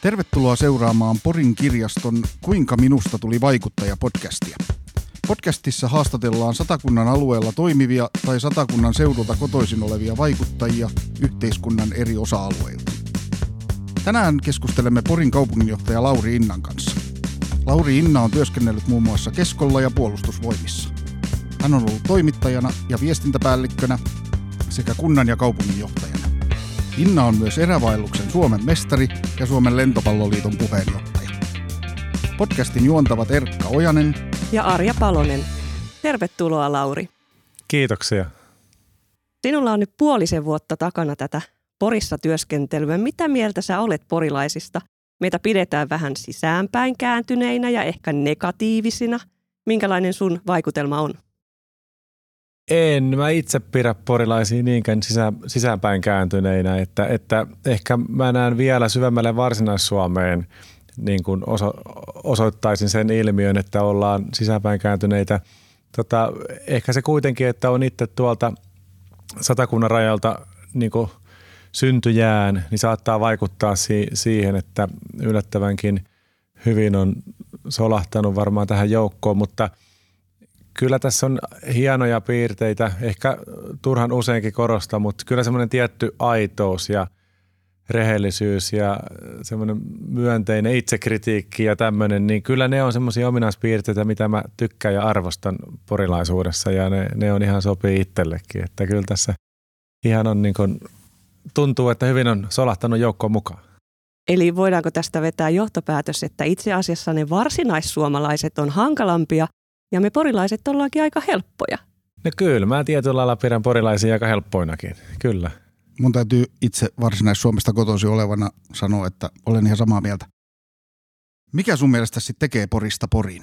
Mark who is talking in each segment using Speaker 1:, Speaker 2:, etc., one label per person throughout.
Speaker 1: Tervetuloa seuraamaan Porin kirjaston Kuinka minusta tuli vaikuttaja -podcastia. Podcastissa haastatellaan Satakunnan alueella toimivia tai Satakunnan seudulta kotoisin olevia vaikuttajia yhteiskunnan eri osa-alueilta. Tänään keskustelemme Porin kaupunginjohtaja Lauri Innan kanssa. Lauri Inna on työskennellyt muun muassa Keskolla ja Puolustusvoimissa. Hän on ollut toimittajana ja viestintäpäällikkönä sekä kunnan ja kaupunginjohtajana. Inna on myös erävaelluksen Suomen mestari ja Suomen lentopalloliiton puheenjohtaja. Podcastin juontavat Erkka Ojanen
Speaker 2: ja Arja Palonen. Tervetuloa, Lauri.
Speaker 3: Kiitoksia.
Speaker 2: Sinulla on nyt 5 vuotta takana tätä Porissa työskentelyä. Mitä mieltä sä olet porilaisista? Meitä pidetään vähän sisäänpäin kääntyneinä ja ehkä negatiivisina. Minkälainen sun vaikutelma on?
Speaker 3: En mä itse pidä porilaisia niinkään sisäänpäin kääntyneinä, että ehkä mä näen vielä syvemmälle Varsinais-Suomeen niin kuin osoittaisin sen ilmiön, että ollaan sisäänpäin kääntyneitä. Ehkä se kuitenkin, että on itse tuolta Satakunnan rajalta niin kuin syntyjään, niin saattaa vaikuttaa siihen, että yllättävänkin hyvin on solahtanut varmaan tähän joukkoon, mutta kyllä tässä on hienoja piirteitä, ehkä turhan useinkin korosta, mutta kyllä semmoinen tietty aitous ja rehellisyys ja semmoinen myönteinen itsekritiikki ja tämmöinen, niin kyllä ne on semmoisia ominaispiirteitä, mitä mä tykkään ja arvostan porilaisuudessa ja ne on ihan sopii itsellekin, että kyllä tässä ihan on niin kuin, tuntuu, että hyvin on solahtanut joukkoon mukaan.
Speaker 2: Eli voidaanko tästä vetää johtopäätös, että itse asiassa ne varsinaissuomalaiset on hankalampia ja me porilaiset ollaankin aika helppoja?
Speaker 3: No kyllä, mä tietyllä lailla pidän porilaisia aika helppoinakin, kyllä.
Speaker 1: Mun täytyy itse Varsinais-Suomesta kotoisin olevana sanoa, että olen ihan samaa mieltä. Mikä sun mielestä sitten tekee Porista Porin?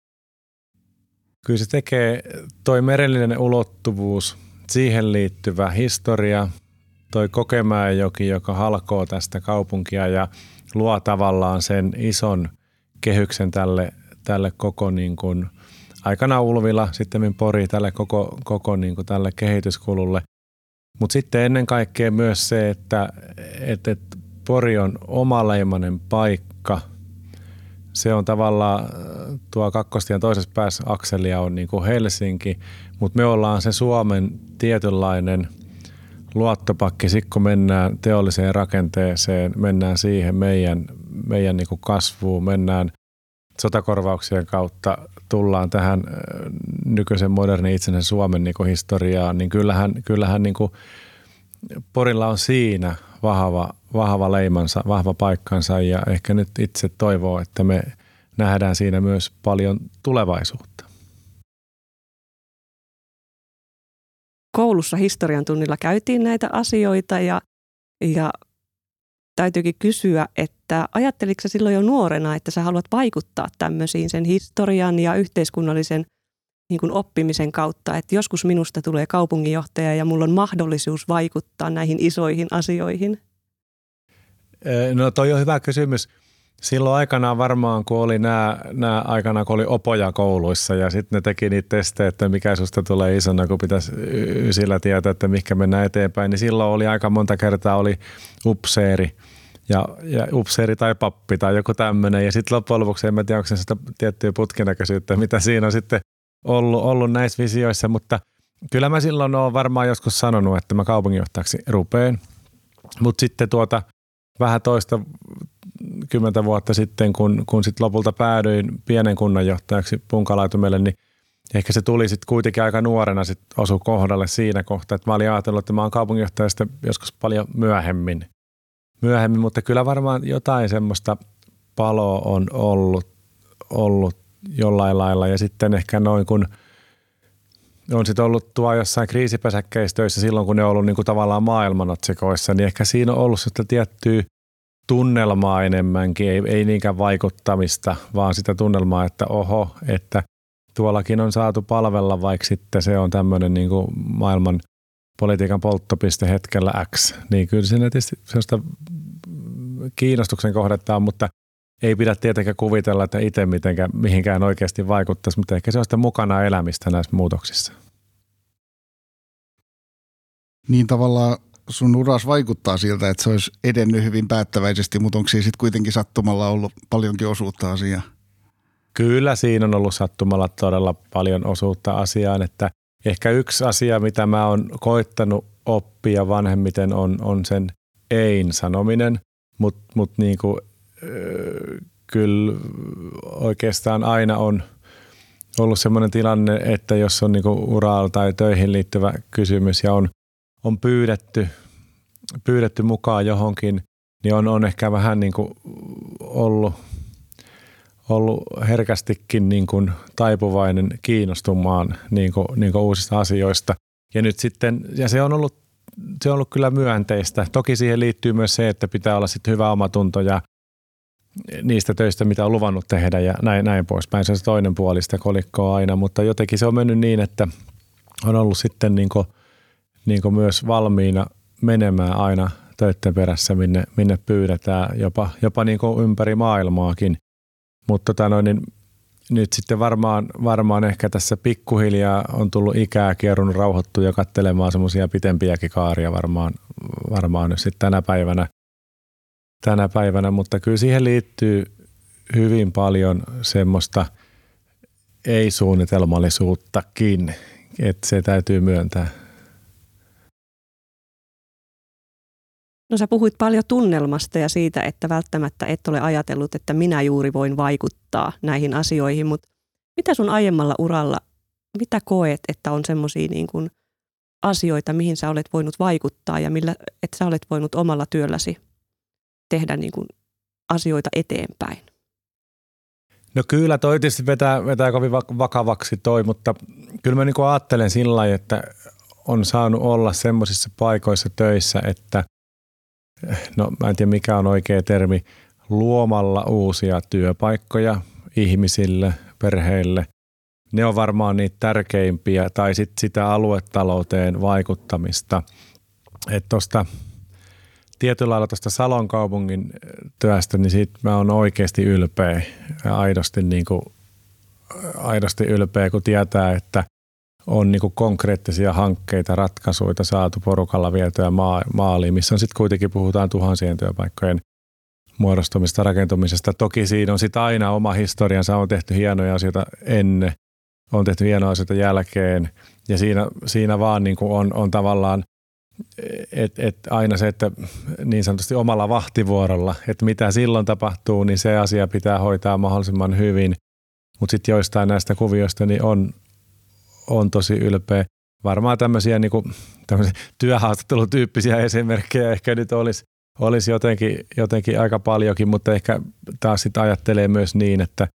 Speaker 3: Kyllä se tekee toi merellinen ulottuvuus, siihen liittyvä historia, toi Kokemäenjoki, joka halkoo tästä kaupunkia ja luo tavallaan sen ison kehyksen tälle koko niin kuin aikanaan Ulvila, sitten Pori tälle koko niin kuin tälle kehityskululle. Mutta sitten ennen kaikkea myös se, että Pori on omaleimainen paikka. Se on tavallaan tuo Kakkostien toisessa päässä akselia on niin kuin Helsinki, mutta me ollaan se Suomen tietynlainen luottopakki. Sitten kun mennään teolliseen rakenteeseen, mennään siihen meidän niin kuin kasvuun, mennään sotakorvauksien kautta, tullaan tähän nykyisen modernin itsenäisen Suomen niin kuin historiaan, niin kyllähän niin kuin Porilla on siinä vahva leimansa, vahva paikkansa ja ehkä nyt itse toivoo, että me nähdään siinä myös paljon tulevaisuutta.
Speaker 2: Koulussa historian tunnilla käytiin näitä asioita ja täytyykin kysyä, että ajatteliko sä silloin jo nuorena, että sä haluat vaikuttaa tämmöisiin sen historian ja yhteiskunnallisen niin kuin oppimisen kautta, että joskus minusta tulee kaupunginjohtaja ja mulla on mahdollisuus vaikuttaa näihin isoihin asioihin?
Speaker 3: No toi on hyvä kysymys. Silloin aikanaan varmaan, kun oli kun oli opoja kouluissa ja sitten ne teki niitä testejä, että mikä susta tulee isona, kun pitäisi ysillä tietää, että mihinkä mennään eteenpäin, niin silloin oli aika monta kertaa oli upseeri ja upseeri tai pappi tai joku tämmöinen. Ja sitten loppujen lopuksi en tiedä, onko se sitä tiettyä putkinäköisyyttä, mitä siinä on sitten ollut näissä visioissa, mutta kyllä mä silloin olen varmaan joskus sanonut, että mä kaupunginjohtajaksi rupeen, mutta sitten vähän toista 10 vuotta sitten, kun sitten lopulta päädyin pienen kunnanjohtajaksi Punkalaitumelle, niin ehkä se tuli sitten kuitenkin aika nuorena sitten osu kohdalle siinä kohtaa, että mä olin ajatellut, että mä oon kaupunginjohtaja sitten joskus paljon myöhemmin, mutta kyllä varmaan jotain semmoista paloa on ollut jollain lailla ja sitten ehkä noin kun on sitten ollut tuo jossain kriisipesäkkeistöissä silloin, kun ne on ollut niin kuin tavallaan maailmanotsikoissa, niin ehkä siinä on ollut sitä tiettyä tunnelmaa enemmänkin, ei niinkään vaikuttamista, vaan sitä tunnelmaa, että että tuollakin on saatu palvella, vaikka sitten se on tämmöinen niin kuin maailman politiikan polttopiste hetkellä X. Niin kyllä siinä tietysti sellaista kiinnostuksen kohdetta on, mutta ei pidä tietenkään kuvitella, että itse mihinkään oikeasti vaikuttaisi, mutta ehkä se on sitä mukana elämistä näissä muutoksissa.
Speaker 1: Niin tavallaan sun uras vaikuttaa siltä, että se olisi edennyt hyvin päättäväisesti, mutta onko siinä sitten kuitenkin sattumalla ollut paljonkin osuutta asiaan?
Speaker 3: Kyllä siinä on ollut sattumalla todella paljon osuutta asiaan, että ehkä yksi asia, mitä mä oon koittanut oppia vanhemmiten on sen ein sanominen, mutta niinku, kyllä oikeastaan aina on ollut sellainen tilanne, että jos on niinku uraan tai töihin liittyvä kysymys ja on pyydetty mukaan johonkin, niin on ehkä vähän niinku ollut herkästikin niin kuin taipuvainen kiinnostumaan niin kuin uusista asioista. Ja nyt sitten, ja se on ollut kyllä myönteistä. Toki siihen liittyy myös se, että pitää olla sitten hyvä omatunto ja niistä töistä, mitä on luvannut tehdä ja näin poispäin. Se on se toinen puoli sitä kolikkoa aina, mutta jotenkin se on mennyt niin, että on ollut sitten niin kuin myös valmiina menemään aina töiden perässä, minne pyydetään, jopa niin kuin ympäri maailmaakin. Mutta niin nyt sitten varmaan ehkä tässä pikkuhiljaa on tullut ikää, kierrunut rauhoittua ja katselemaan semmoisia pitempiäkin kaaria varmaan nyt sitten tänä päivänä, mutta kyllä siihen liittyy hyvin paljon semmoista ei-suunnitelmallisuuttakin, että se täytyy myöntää.
Speaker 2: No sä puhuit paljon tunnelmasta ja siitä, että välttämättä et ole ajatellut, että minä juuri voin vaikuttaa näihin asioihin, mutta mitä sun aiemmalla uralla, mitä koet, että on semmoisia niin kuin asioita, mihin sä olet voinut vaikuttaa ja millä, että sä olet voinut omalla työlläsi tehdä niin kuin asioita eteenpäin?
Speaker 3: No kyllä toi tietysti vetää kovin vakavaksi toi, mutta kyllä mä niin kuin ajattelen sillä lailla, että on saanut olla semmoisissa paikoissa töissä, että no mä en tiedä mikä on oikea termi, luomalla uusia työpaikkoja ihmisille, perheille. Ne on varmaan niitä tärkeimpiä tai sitten sitä aluetalouteen vaikuttamista. Että tuosta tietyllä lailla tuosta Salon kaupungin työstä, niin siitä mä oon oikeasti ylpeä ja aidosti ylpeä, kun tietää, että on niinku konkreettisia hankkeita, ratkaisuja saatu porukalla vietyä maaliin, missä on sitten kuitenkin puhutaan tuhansien työpaikkojen muodostumista, rakentumisesta. Toki siinä on sitten aina oma historiansa, on tehty hienoja asioita ennen, on tehty hienoja asioita jälkeen ja siinä vaan niinku on tavallaan, että aina se, että niin sanotusti omalla vahtivuorolla, että mitä silloin tapahtuu, niin se asia pitää hoitaa mahdollisimman hyvin, mutta sitten joistain näistä kuvioista niin on tosi ylpeä. Varmaan tämmöisiä työhaastattelutyyppisiä esimerkkejä ehkä nyt olisi jotenkin aika paljonkin, mutta ehkä taas sitten ajattelee myös niin, että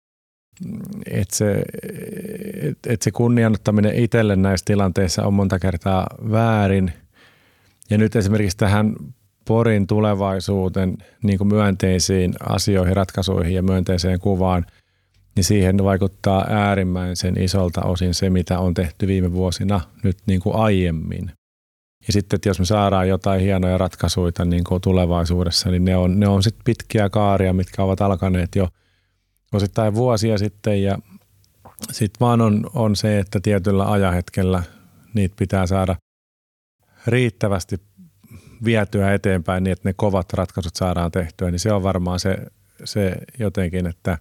Speaker 3: se kunnianottaminen itselle näissä tilanteissa on monta kertaa väärin. Ja nyt esimerkiksi tähän Porin tulevaisuuden niin kuin myönteisiin asioihin, ratkaisuihin ja myönteiseen kuvaan, niin siihen vaikuttaa äärimmäisen isolta osin se, mitä on tehty viime vuosina nyt niin kuin aiemmin. Ja sitten, että jos me saadaan jotain hienoja ratkaisuja niin kuin tulevaisuudessa, niin ne on sitten pitkiä kaaria, mitkä ovat alkaneet jo osittain vuosia sitten. Ja sitten vaan on se, että tietyllä ajanhetkellä niitä pitää saada riittävästi vietyä eteenpäin niin, että ne kovat ratkaisut saadaan tehtyä. Niin se on varmaan se jotenkin, että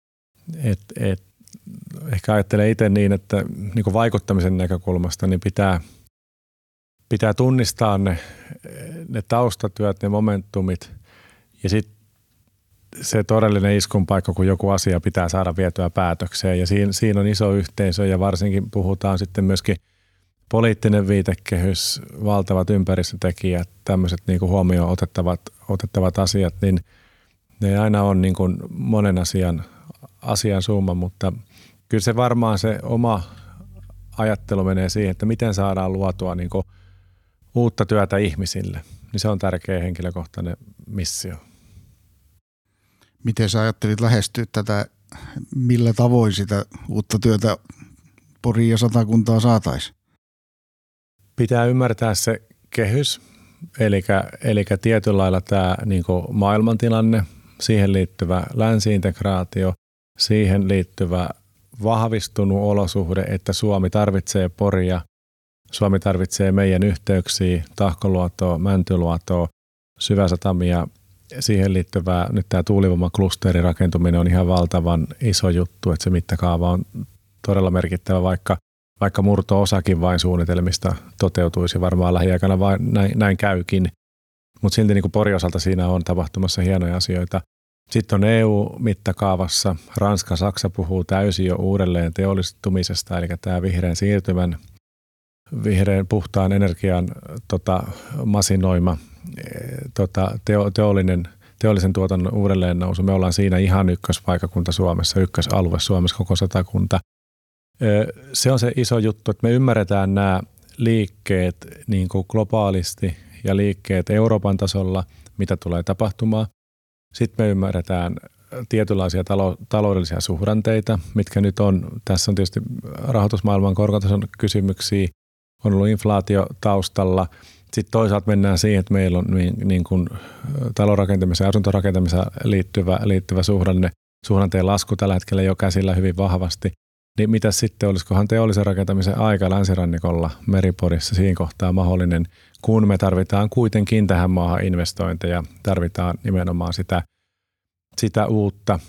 Speaker 3: ehkä ajattelen itse niin, että niin kuin vaikuttamisen näkökulmasta niin pitää tunnistaa ne taustatyöt, ne momentumit ja sitten se todellinen iskun paikka, kun joku asia pitää saada vietyä päätökseen ja siinä on iso yhteisö ja varsinkin puhutaan sitten myöskin poliittinen viitekehys, valtavat ympäristötekijät, tämmöiset niin kuin huomioon otettavat asiat, niin ne aina on niin kuin monen asian summa, mutta kyllä se varmaan se oma ajattelu menee siihen, että miten saadaan luotua niin kuin uutta työtä ihmisille. Niin se on tärkeä henkilökohtainen missio.
Speaker 1: Miten sä ajattelit lähestyä tätä, millä tavoin sitä uutta työtä Poriin ja Satakuntaa saataisiin? Pitää
Speaker 3: ymmärtää se kehys, eli tietyllä lailla tämä niin kuin maailmantilanne, siihen liittyvä länsi-integraatio, siihen liittyvä vahvistunut olosuhde, että Suomi tarvitsee Poria Suomi tarvitsee meidän yhteyksiä, Tahkoluotoa, Mäntyluotoa, syväsatamia. Siihen liittyvää, nyt tämä tuulivoimaklusterin rakentuminen on ihan valtavan iso juttu, että se mittakaava on todella merkittävä, vaikka murto-osakin vain suunnitelmista toteutuisi varmaan lähiaikana, vaan näin käykin. Mutta silti niin kuin Porin osalta siinä on tapahtumassa hienoja asioita. Sitten on EU-mittakaavassa. Ranska, Saksa puhuu täysin jo uudelleen teollistumisesta, eli tämä vihreän siirtymän, vihreän puhtaan energian masinoima teollisen tuotannon uudelleen nousu. Me ollaan siinä ihan ykköspaikakunta Suomessa, ykkösalue Suomessa, koko Satakunta. Se on se iso juttu, että me ymmärretään nämä liikkeet niin kuin globaalisti ja liikkeet Euroopan tasolla, mitä tulee tapahtumaan. Sitten me ymmärretään tietynlaisia taloudellisia suhdanteita, mitkä nyt on. Tässä on tietysti rahoitusmaailman korkotason kysymyksiä, on ollut inflaatio taustalla. Sitten toisaalta mennään siihen, että meillä on niin kuin talonrakentamiseen ja asuntorakentamiseen liittyvä suhdanteen lasku tällä hetkellä jo käsillä hyvin vahvasti. Niin mitä sitten, olisikohan teollisen rakentamisen aika länsirannikolla Meriporissa siinä kohtaa mahdollinen, kun me tarvitaan kuitenkin tähän maahan investointeja, tarvitaan nimenomaan sitä uutta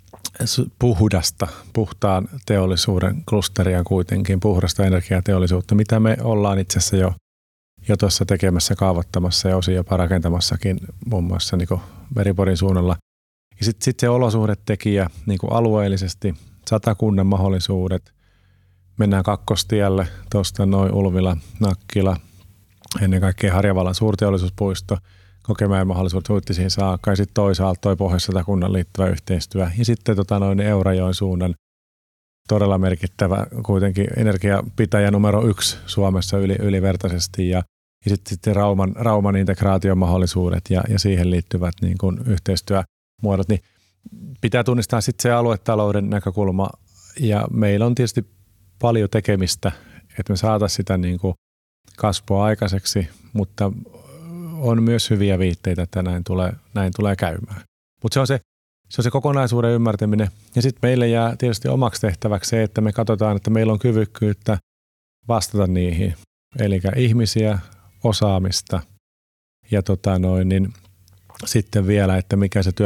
Speaker 3: puhtaan teollisuuden klusteria kuitenkin, puhdasta energiateollisuutta, mitä me ollaan itse asiassa jo tuossa tekemässä, kaavoittamassa ja osin jopa rakentamassakin muun muassa niin kuin Meriporin suunnalla. Ja sitten se olosuhdetekijä niin kuin alueellisesti, Satakunnan mahdollisuudet, mennään Kakkostielle, tuosta noin Ulvila, Nakkila, ennen kaikkea Harjavallan suurteollisuuspuisto, Kokemäen mahdollisuudet Huittisiin saakka ja sitten toisaalta toi Pohjois-Satakunnan liittyvä yhteistyö ja sitten Eurajoen suunnan todella merkittävä kuitenkin energiapitäjä numero 1 Suomessa ylivertaisesti ja sitten Rauman integraation mahdollisuudet ja siihen liittyvät niin kuin yhteistyömuodot, niin pitää tunnistaa sitten se aluetalouden näkökulma ja meillä on tietysti paljon tekemistä, että me saataisiin sitä niin kuin kasvua aikaiseksi, mutta on myös hyviä viitteitä, että näin tulee käymään. Mutta se on se kokonaisuuden ymmärtäminen ja sitten meille jää tietysti omaksi tehtäväksi se, että me katsotaan, että meillä on kyvykkyyttä vastata niihin, eli ihmisiä, osaamista ja niin sitten vielä, että mikä se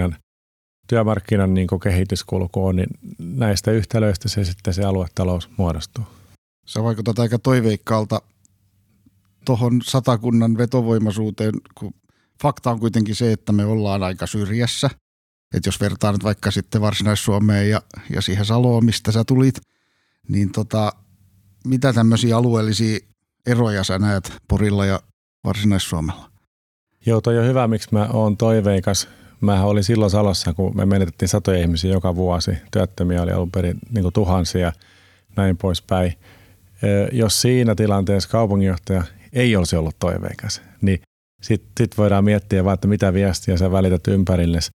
Speaker 3: työmarkkinan niin kuin kehityskulku on, niin näistä yhtälöistä se aluetalous muodostuu.
Speaker 1: Sä vaikutat aika toiveikkaalta tuohon Satakunnan vetovoimaisuuteen, kun fakta on kuitenkin se, että me ollaan aika syrjässä. Että jos vertaa nyt vaikka sitten Varsinais-Suomeen ja siihen Saloon, mistä sä tulit, niin mitä tämmöisiä alueellisia eroja sä näet Porilla ja Varsinais-Suomella?
Speaker 3: Joo, toi on hyvä, miksi mä oon toiveikas. Mä olin silloin Salossa, kun me menetettiin satoja ihmisiä joka vuosi. Työttömiä oli alun perin niin kuin tuhansia, näin poispäin. Jos siinä tilanteessa kaupunginjohtaja ei olisi ollut toiveikas, niin sitten voidaan miettiä vaan, että mitä viestiä sä välität ympärillesi.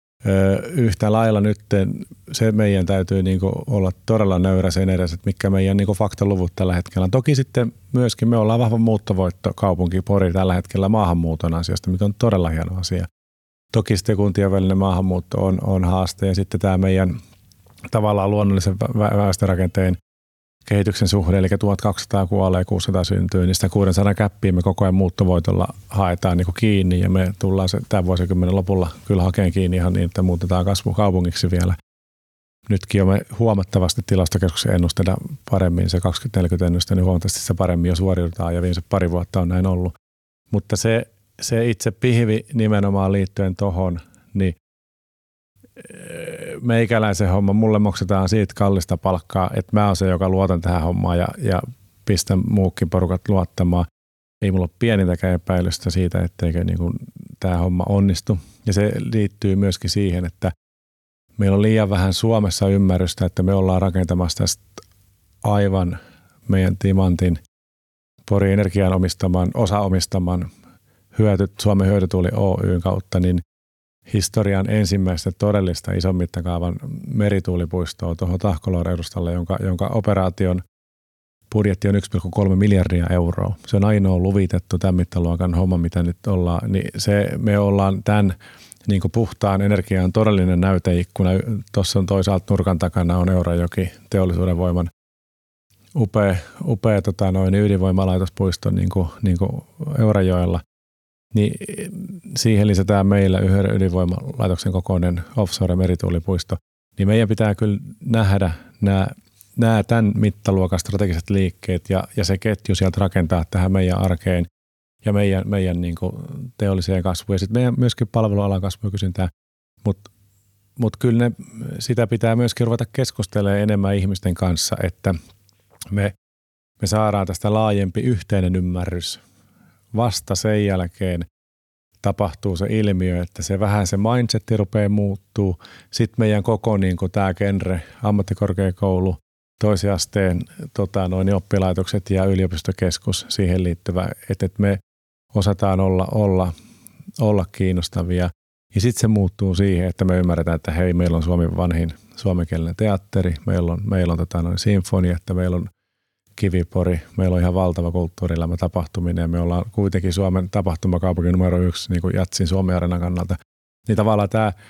Speaker 3: Yhtä lailla nyt se meidän täytyy niin kuin olla todella nöyrä sen edessä, että mitkä meidän niin kuin faktaluvut tällä hetkellä on. Toki sitten myöskin me ollaan vahva muuttovoittokaupunki Pori tällä hetkellä maahanmuuton ansiosta, mikä on todella hieno asia. Toki sitten kuntien välinen maahanmuutto on haaste ja sitten tämä meidän tavallaan luonnollisen väestörakenteen kehityksen suhde, eli 1200 kuolee, 600 syntyy, niin sitä 600 käppiä me koko ajan muuttovoitolla haetaan niin kuin kiinni ja me tullaan tämän vuosikymmenen lopulla kyllä hakemaan kiinni ihan niin, että muutetaan kasvukaupungiksi vielä. Nytkin jo me huomattavasti tilastokeskuksen ennustetaan paremmin, se 2040 ennuste, niin huomattavasti se paremmin jo suoriudutaan ja viimeiset pari vuotta on näin ollut. Mutta se itse pihvi nimenomaan liittyen tohon, niin meikäläisen homma, mulle maksetaan siitä kallista palkkaa, että mä oon se, joka luotan tähän hommaan ja pistän muukin porukat luottamaan. Ei mulla ole pienintäkään epäilystä siitä, etteikö niin kuin tämä homma onnistu. Ja se liittyy myöskin siihen, että meillä on liian vähän Suomessa ymmärrystä, että me ollaan rakentamassa tästä aivan meidän timantin Porin Energian omistaman Suomen hyötytuuli Oyn kautta, niin historian ensimmäistä todellista ison mittakaavan merituulipuistoa tuohon Tahkoluodon edustalle, jonka operaation budjetti on 1,3 miljardia euroa. Se on ainoa luvitettu tämän mittaluokan homma, mitä nyt ollaan. Niin me ollaan tämän niin kuin puhtaan energian todellinen näyteikkuna. Tuossa on toisaalta nurkan takana on Eurajoki teollisuuden voiman upea ydinvoimalaitospuisto niin kuin Eurajoella, niin siihen lisätään meillä yhden ydinvoimalaitoksen kokoinen offshore-merituulipuisto, niin meidän pitää kyllä nähdä nämä tämän mittaluokan strategiset liikkeet ja se ketju sieltä rakentaa tähän meidän arkeen ja meidän niin kuin teolliseen kasvuun ja sitten meidän myöskin palvelualan kasvua kysyntää, mutta kyllä sitä pitää myöskin ruveta keskustelemaan enemmän ihmisten kanssa, että me saadaan tästä laajempi yhteinen ymmärrys. Vasta sen jälkeen tapahtuu se ilmiö, että se mindsetti rupeaa muuttuu. Sitten meidän koko niin kuin tämä genre, ammattikorkeakoulu, toisen asteen oppilaitokset ja yliopistokeskus siihen liittyvä, että me osataan olla kiinnostavia. Ja sitten se muuttuu siihen, että me ymmärretään, että hei, meillä on Suomen vanhin suomenkielinen teatteri, meillä on sinfonia, että meillä on Kivipori, meillä on ihan valtava kulttuurielämä tapahtuminen ja me ollaan kuitenkin Suomen tapahtumakaupunki numero 1 niin kuin Jatsin Suomi-areenan kannalta. Niin tavallaan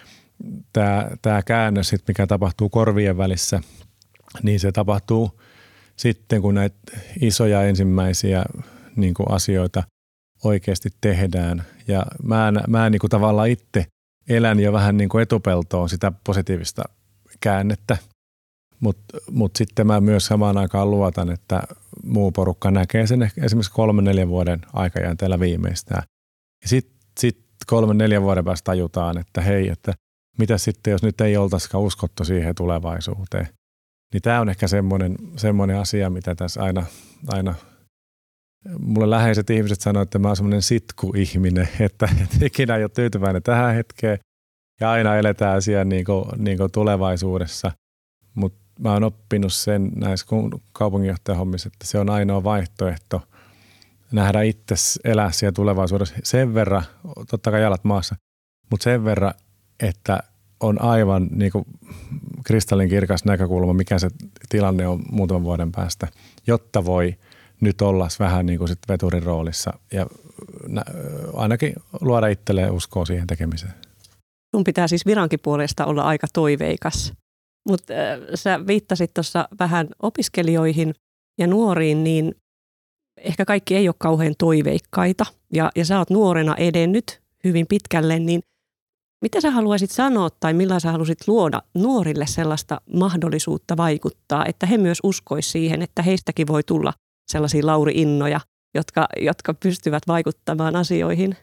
Speaker 3: tämä käännös, mikä tapahtuu korvien välissä, niin se tapahtuu sitten, kun näitä isoja ensimmäisiä niin kuin asioita oikeasti tehdään. Ja mä niin kuin tavallaan itse elän jo vähän niin kuin etupeltoon sitä positiivista käännettä. Mutta sitten mä myös samaan aikaan luotan, että muu porukka näkee sen esimerkiksi 3-4 vuoden aikajänteellä viimeistään. Ja sitten 3-4 vuoden päästä tajutaan, että hei, että mitä sitten, jos nyt ei oltaisikaan uskottu siihen tulevaisuuteen. Niin tämä on ehkä semmoinen asia, mitä tässä aina mulle läheiset ihmiset sanoo, että mä oon semmoinen sitku-ihminen, että ikinä ei ole tyytyväinen tähän hetkeen ja aina eletään siellä niin kuin tulevaisuudessa. Mutta mä oon oppinut sen näissä kaupunginjohtajahommissa, että se on ainoa vaihtoehto nähdä itse elää siellä tulevaisuudessa sen verran, totta kai jalat maassa, mutta sen verran, että on aivan niin kuin kristallinkirkas näkökulma, mikä se tilanne on muutaman vuoden päästä, jotta voi nyt olla vähän niin kuin sit veturin roolissa ja ainakin luoda itselleen uskoa siihen tekemiseen.
Speaker 2: Sun pitää siis virankin puolesta olla aika toiveikas. Mutta sä viittasit tuossa vähän opiskelijoihin ja nuoriin, niin ehkä kaikki ei ole kauhean toiveikkaita. Ja sä oot nuorena edennyt hyvin pitkälle, niin mitä sä haluaisit sanoa tai millä sä haluaisit luoda nuorille sellaista mahdollisuutta vaikuttaa, että he myös uskois siihen, että heistäkin voi tulla sellaisia Lauri-innoja, jotka pystyvät vaikuttamaan asioihin?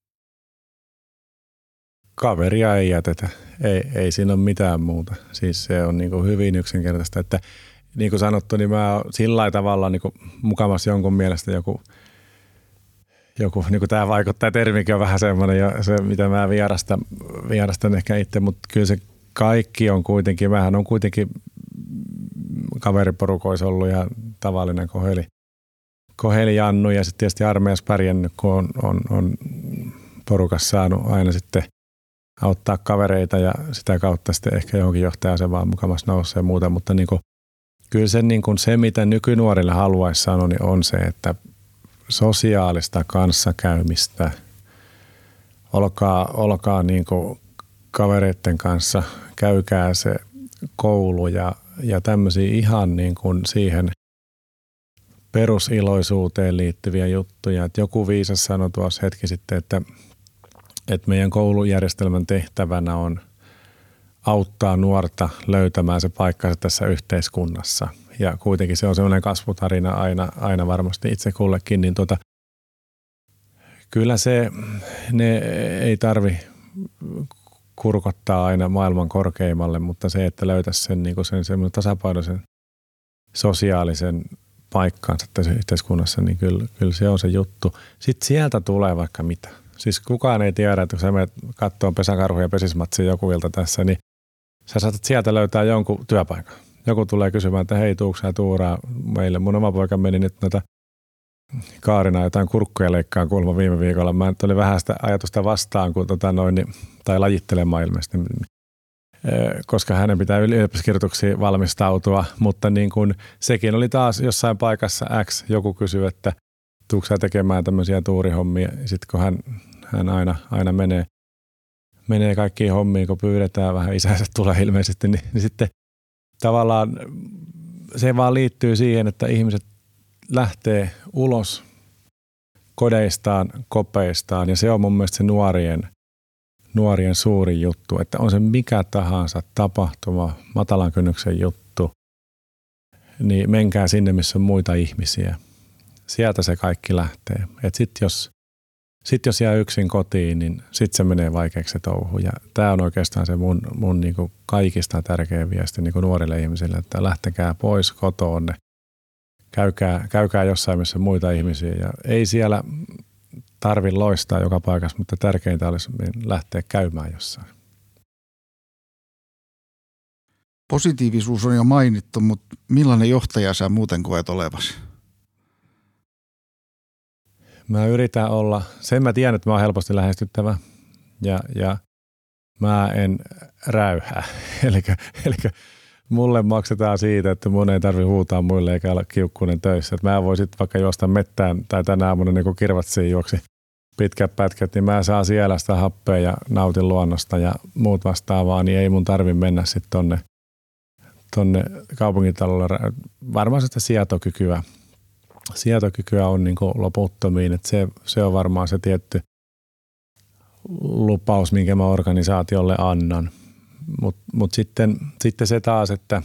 Speaker 3: Kaveria ei jätetä. Ei siinä ole mitään muuta. Siis se on niin kuin hyvin yksinkertaista, että niin kuin sanottu, niin mä oon sillä tavalla niin kuin mukavasti jonkun mielestä joku niin kuin tämä vaikuttaa, termikin on vähän semmoinen, se, mitä mä vierastan ehkä itse, mutta kyllä se kaikki on kuitenkin, mähän on kuitenkin kaveriporukoissa ollut ihan tavallinen koheli Jannu ja sitten tietysti armeijassa pärjännyt, kun on porukassa saanut aina sitten auttaa kavereita ja sitä kautta sitten ehkä johonkin johtaja-asemaan mukavasti nousee ja muuta, mutta niin kuin, kyllä se, mitä nykynuorille haluaisi sanoa, niin on se, että sosiaalista kanssakäymistä, olkaa niin kuin kavereiden kanssa, käykää se koulu ja tämmöisiä ihan niin kuin siihen perusiloisuuteen liittyviä juttuja. Että joku viisas sanoi tuossa hetki sitten, että meidän koulujärjestelmän tehtävänä on auttaa nuorta löytämään se paikkansa tässä yhteiskunnassa. Ja kuitenkin se on semmoinen kasvutarina aina varmasti itse kullekin, niin kyllä ne ei tarvi kurkottaa aina maailman korkeimmalle, mutta se, että löytäisi sen, niin sen semmoinen tasapainoisen sosiaalisen paikkaansa tässä yhteiskunnassa, niin kyllä se on se juttu. Sitten sieltä tulee vaikka mitä. Siis kukaan ei tiedä, että kun sä menet katsomaan pesäkarhuja ja pesismatsia joku ilta tässä, niin sä saatat sieltä löytää jonkun työpaikan. Joku tulee kysymään, että hei, tuuks sä tuuraa meille. Mun oma poika meni nyt Kaarina jotain kurkkuja leikkaan kuulemma viime viikolla. Mä nyt oli vähän sitä ajatusta vastaan, kun tai lajittelemaan ilmeisesti, koska hänen pitää ylioppilaskirjoituksiin valmistautua. Mutta niin kun, sekin oli taas jossain paikassa X. Joku kysyi, että tuuks sä tekemään tämmöisiä tuurihommia. Sitten kun hän aina menee kaikkiin hommiin, kun pyydetään vähän isänsä tulee ilmeisesti, niin sitten tavallaan se vaan liittyy siihen, että ihmiset lähtee ulos kodeistaan, kopeistaan ja se on mun mielestä se nuorien suurin juttu, että on se mikä tahansa tapahtuma, matalan kynnyksen juttu, niin menkää sinne, missä on muita ihmisiä. Sieltä se kaikki lähtee. Sitten jos jää yksin kotiin, niin sitten se menee vaikeaksi se touhu. Ja tämä on oikeastaan se mun niinku kaikista tärkein viesti niinku nuorille ihmisille, että lähtekää pois kotoonne. Käykää jossain, missä muita ihmisiä. Ja ei siellä tarvitse loistaa joka paikassa, mutta tärkeintä olisi lähteä käymään jossain.
Speaker 1: Positiivisuus on jo mainittu, mutta millainen johtaja sä muuten koet olevasi?
Speaker 3: Mä yritän olla, sen mä tiedän, että mä oon helposti lähestyttävä ja mä en räyhää. Eli mulle maksetaan siitä, että mun ei tarvitse huutaa muille eikä olla kiukkuinen töissä. Että mä voin sitten vaikka juosta mettään tai tänä aamuna niin kuin kirvatsiin juoksi pitkät pätkät, niin mä saan siellä sitä happea ja nautin luonnosta ja muut vastaavaa, niin ei mun tarvitse mennä sitten tonne kaupungintalolle. Varmaan sitä sietokykyä on niin kuin loputtomiin, että se on varmaan se tietty lupaus, minkä mä organisaatiolle annan. Mut sitten se taas, että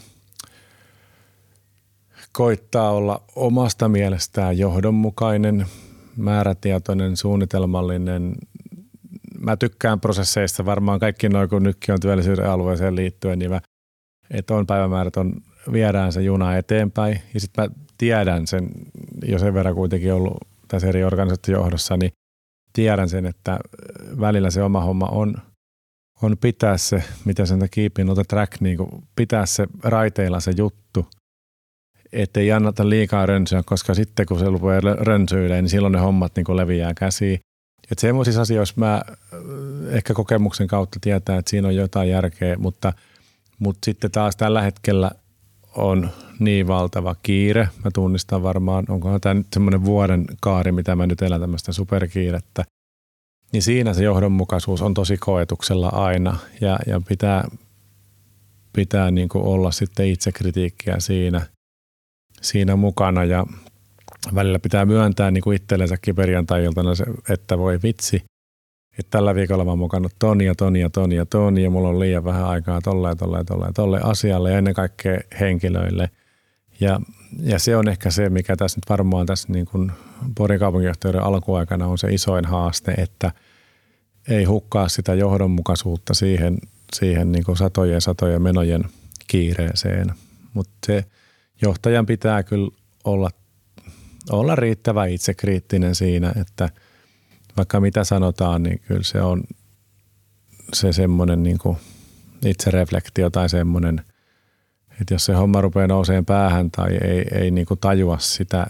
Speaker 3: koittaa olla omasta mielestään johdonmukainen, määrätietoinen, suunnitelmallinen. Mä tykkään prosesseista varmaan kaikki noin, kun nytkin on työllisyyden alueeseen liittyen, niin että on päivämäärät, viedään se juna eteenpäin. Ja sitten mä tiedän sen, jo sen verran kuitenkin ollut tässä eri organisaatiojohdossa, niin tiedän sen, että välillä se oma homma on pitää se, mitä sen keeping on the track, niin kuin pitää se raiteilla se juttu, ettei annata liikaa rönsyä, koska sitten kun se rupeaa rönsyilemään, niin silloin ne hommat niin kuin leviää käsiin. Että semmoisissa asioissa mä ehkä kokemuksen kautta tietää, että siinä on jotain järkeä, mutta sitten taas tällä hetkellä on niin valtava kiire. Mä tunnistan varmaan, onkohan tämä nyt semmoinen vuoden kaari, mitä mä nyt elän tämmöistä superkiirettä. Niin siinä se johdonmukaisuus on tosi koetuksella aina ja pitää niin kuin olla sitten itsekritiikkiä siinä mukana ja välillä pitää myöntää niin kuin itsellensäkin perjantai-iltana se, että voi vitsi, että tällä viikolla mä oon mukannut ton ja mulla on liian vähän aikaa tolle asialle ja ennen kaikkea henkilöille. Ja se on ehkä se, mikä tässä nyt varmaan tässä niin kuin Porin kaupunginjohtajuuden alkuaikana on se isoin haaste, että ei hukkaa sitä johdonmukaisuutta siihen niin kuin satojen menojen kiireeseen. Mutta se johtajan pitää kyllä olla riittävän itsekriittinen siinä, että vaikka mitä sanotaan, niin kyllä se on se semmoinen niin kuin itsereflektio tai semmoinen, että jos se homma rupeaa nouseen päähän tai ei niin kuin tajua sitä,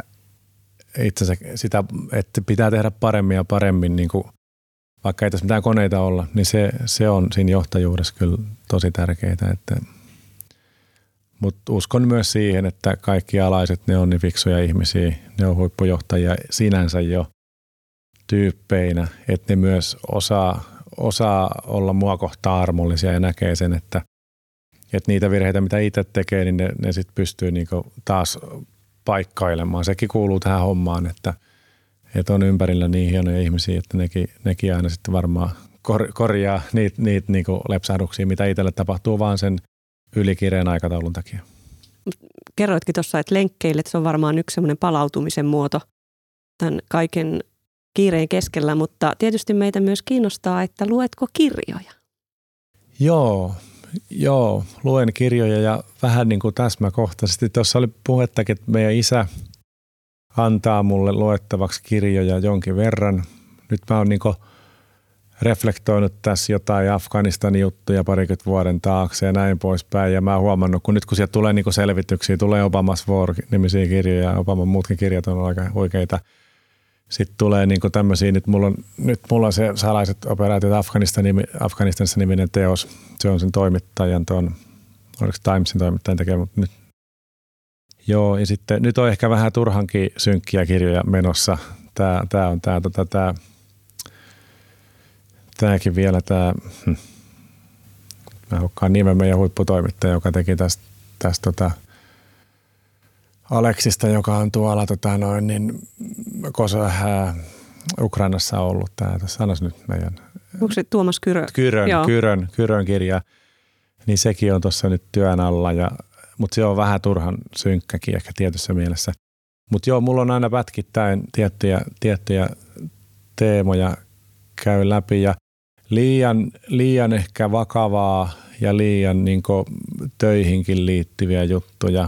Speaker 3: että pitää tehdä paremmin ja paremmin, niin kuin, vaikka ei tässä mitään koneita olla, niin se on siinä johtajuudessa kyllä tosi tärkeää. Mutta uskon myös siihen, että kaikki alaiset, ne on niin fiksuja ihmisiä, ne on huippujohtajia sinänsä jo tyyppeinä, että ne myös osaa olla mua kohtaan armollisia ja näkee sen, että niitä virheitä, mitä itse tekee, niin ne sitten pystyy niinku taas paikkailemaan. Sekin kuuluu tähän hommaan, että on ympärillä niin hienoja ihmisiä, että nekin aina sitten varmaan korjaa niitä niinku lepsahduksia, mitä itselle tapahtuu vaan sen ylikireän aikataulun takia.
Speaker 2: Kerroitkin tuossa, että lenkkeille, että se on varmaan yksi semmoinen palautumisen muoto tämän kaiken kiireen keskellä, mutta tietysti meitä myös kiinnostaa, että luetko kirjoja? Joo, luen kirjoja ja vähän niin kuin täsmäkohtaisesti. Tuossa oli puhettakin, että meidän isä antaa mulle luettavaksi kirjoja jonkin verran. Nyt mä oon niin kuin reflektoinut tässä jotain Afganistanin juttuja parikymmentä vuoden taakse ja näin poispäin. Ja mä oon huomannut, kun sieltä tulee niin kuin selvityksiä, tulee Obama's War-nimisiä kirjoja, Obaman muutkin kirjat on aika oikeita. Sitten tulee niin kuin tämmöisiä, nyt mulla on se salaiset operaatiot Afganistanissa niminen teos. Se on sen toimittajan oliko Timesin toimittajan tekee, mutta nyt. Joo, ja sitten nyt on ehkä vähän turhankin synkkiä kirjoja menossa. Tämäkin vielä mä hukkaan nimen meidän huipputoimittaja, joka teki tästä
Speaker 3: Aleksista, joka on tuolla Ukrainassa ollut. Sanois nyt meidän...
Speaker 2: Onko se Tuomas Kyrö?
Speaker 3: Kyrön kirja. Niin sekin on tuossa nyt työn alla, mutta se on vähän turhan synkkäkin ehkä tietyssä mielessä. Mutta joo, mulla on aina pätkittäin tiettyjä teemoja käy läpi ja liian ehkä vakavaa ja liian töihinkin liittyviä juttuja.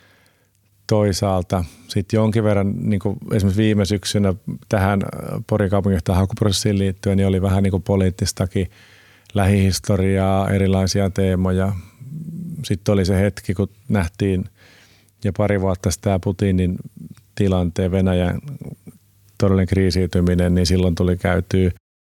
Speaker 3: Toisaalta sitten jonkin verran, esimerkiksi viime syksynä tähän Porin kaupunginjohtajan hakuprosessiin liittyen, niin oli vähän poliittistakin lähihistoriaa, erilaisia teemoja. Sitten oli se hetki, kun nähtiin jo pari vuotta sitä Putinin tilanteen, Venäjän todellinen kriisiytyminen, niin silloin tuli käytyä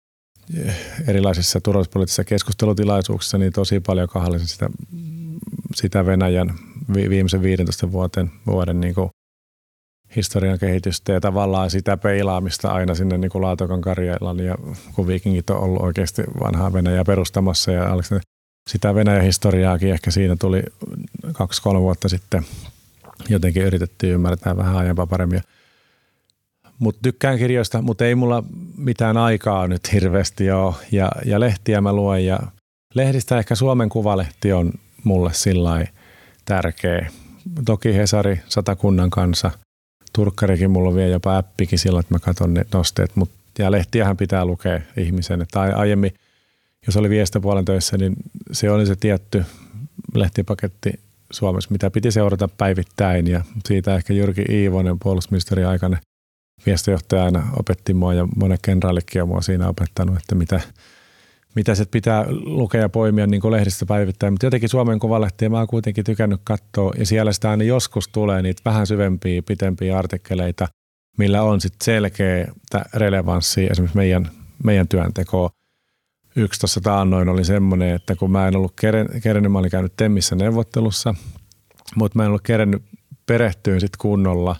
Speaker 3: erilaisissa turvallisuuspoliittisissa keskustelutilaisuuksissa niin tosi paljon kahdellisen sitä Venäjän viimeisen 15 vuoden historian kehitystä ja tavallaan sitä peilaamista aina sinne Laatokan Karjalan ja kun viikingit on ollut oikeasti vanhaa Venäjää perustamassa ja sitä Venäjän historiaakin ehkä siinä tuli 2-3 vuotta sitten jotenkin yritettiin ymmärtää vähän aiempaa paremmin. Mutta tykkään kirjoista, mutta ei mulla mitään aikaa nyt hirveästi ole ja lehtiä mä luen ja lehdistä ehkä Suomen Kuvalehti on mulle sillai tärkeä. Toki Hesari, Satakunnan Kansa, Turkkarikin mulla on vielä jopa appikin silloin, että mä katson ne nosteet. Ja lehtiähän pitää lukea ihmisen. Että aiemmin, jos oli Viestintäpuolen töissä, niin se oli se tietty lehtipaketti Suomessa, mitä piti seurata päivittäin. Ja siitä ehkä Jyrki Iivonen, puolustusministeri aikainen viestintäjohtaja aina opetti mua ja monet kenraalikin on mua siinä opettanut, että mitä se pitää lukea ja poimia lehdistä päivittäin. Mutta jotenkin Suomen Kuvalehtiä mä oon kuitenkin tykännyt katsoa ja siellä sitä aina joskus tulee niitä vähän syvempiä, pitempiä artikkeleita, millä on sitten selkeä relevanssia esimerkiksi meidän työntekoon. Yksi tuossa taannoin oli semmoinen, että kun mä en ollut kerennyt, mä olin käynyt TEMissä neuvottelussa, mutta mä en ollut kerennyt perehtyä sitten kunnolla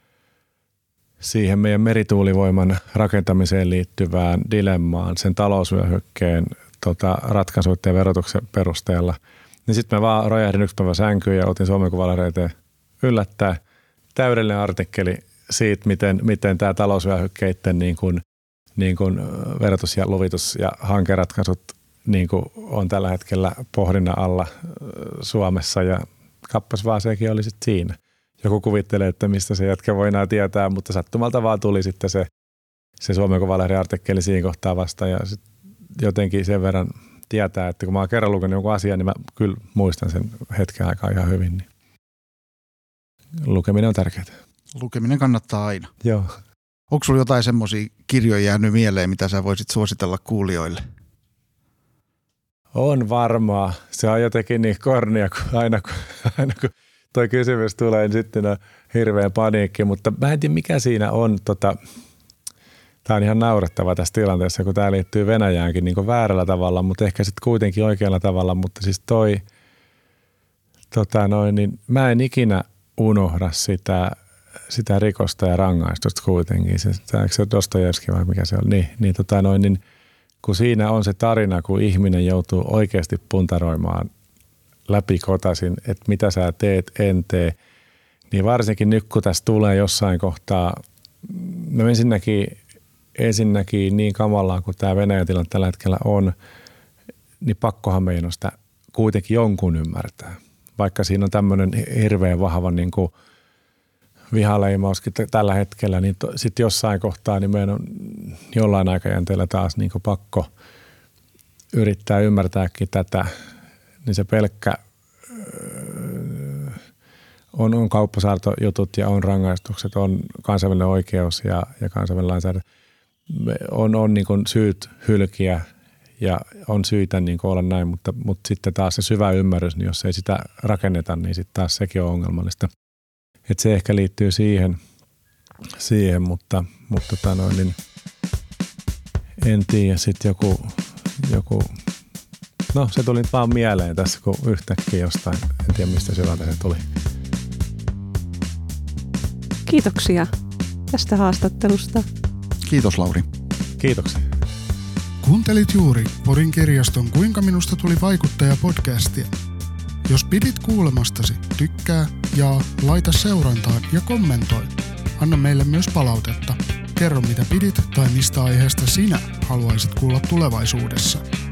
Speaker 3: siihen meidän merituulivoiman rakentamiseen liittyvään dilemmaan, sen talousvyöhykkeen ratkaisuiden ja verotuksen perusteella. Niin sitten mä vaan rojahdin yksi päivä sänkyyn ja otin Suomen Kuvalehteen yllättää täydellinen artikkeli siitä, miten tämä talousvyöhykkeiden niin kuin verotus ja luvitus ja hankeratkaisut niin kuin on tällä hetkellä pohdinnan alla Suomessa ja kappas vaan sekin oli sitten siinä. Joku kuvittelee, että mistä se jätkä voi enää tietää, mutta sattumalta vaan tuli sitten se Suomen Kuvalehden artikkeli siinä kohtaa vasta ja jotenkin sen verran tietää, että kun mä oon kerran lukenut jonkun asian, niin mä kyllä muistan sen hetken aikaa ihan hyvin. Niin lukeminen on tärkeää.
Speaker 1: Lukeminen kannattaa aina.
Speaker 3: Joo.
Speaker 1: Onko sulla jotain semmoisia kirjoja jäänyt mieleen, mitä sä voisit suositella kuulijoille?
Speaker 3: On varmaa. Se on jotenkin niin kornia, kun aina kun toi kysymys tulee, niin sitten on hirveä paniikki, mutta mä en tiedä mikä siinä on. Tämä on ihan naurettava tässä tilanteessa, kun tämä liittyy Venäjäänkin niin kuin väärällä tavalla, mutta ehkä sitten kuitenkin oikealla tavalla, mutta siis niin mä en ikinä unohda sitä rikosta ja rangaistusta kuitenkin. Eikö se ole Dostojevski vai mikä se on? Niin, kun siinä on se tarina, kun ihminen joutuu oikeasti puntaroimaan läpikotaisin, että mitä sä teet, en tee, niin varsinkin nyt, kun tässä tulee jossain kohtaa, no ensinnäkin niin kamalaa kuin tämä Venäjän tilanne tällä hetkellä on, niin pakkohan meidän on sitä kuitenkin jonkun ymmärtää. Vaikka siinä on tämmöinen hirveän vahva niin kuin vihaleimauskin tällä hetkellä, niin sitten jossain kohtaa niin meidän on jollain aikajänteellä taas niin kuin pakko yrittää ymmärtääkin tätä, niin se pelkkä on kauppasaartojutut ja on rangaistukset, on kansainvälinen oikeus ja kansainvälinen lainsäädäntö. On niin kuin syyt hylkiä ja on syitä niin kuin olla näin, mutta sitten taas se syvä ymmärrys, niin jos ei sitä rakenneta, niin sitten taas sekin on ongelmallista. Että se ehkä liittyy siihen mutta niin en tiedä. Sitten joku, no se tuli nyt vaan mieleen tässä, kun yhtäkkiä jostain, en tiedä mistä syvältä se tuli.
Speaker 2: Kiitoksia tästä haastattelusta.
Speaker 1: Kiitos Lauri.
Speaker 3: Kiitoksia.
Speaker 4: Kuuntelit juuri Porin kirjaston Kuinka minusta tuli vaikuttaja -podcastia. Jos pidit kuulemastasi, tykkää, jaa, laita seurantaan ja kommentoi. Anna meille myös palautetta. Kerro mitä pidit tai mistä aiheesta sinä haluaisit kuulla tulevaisuudessa.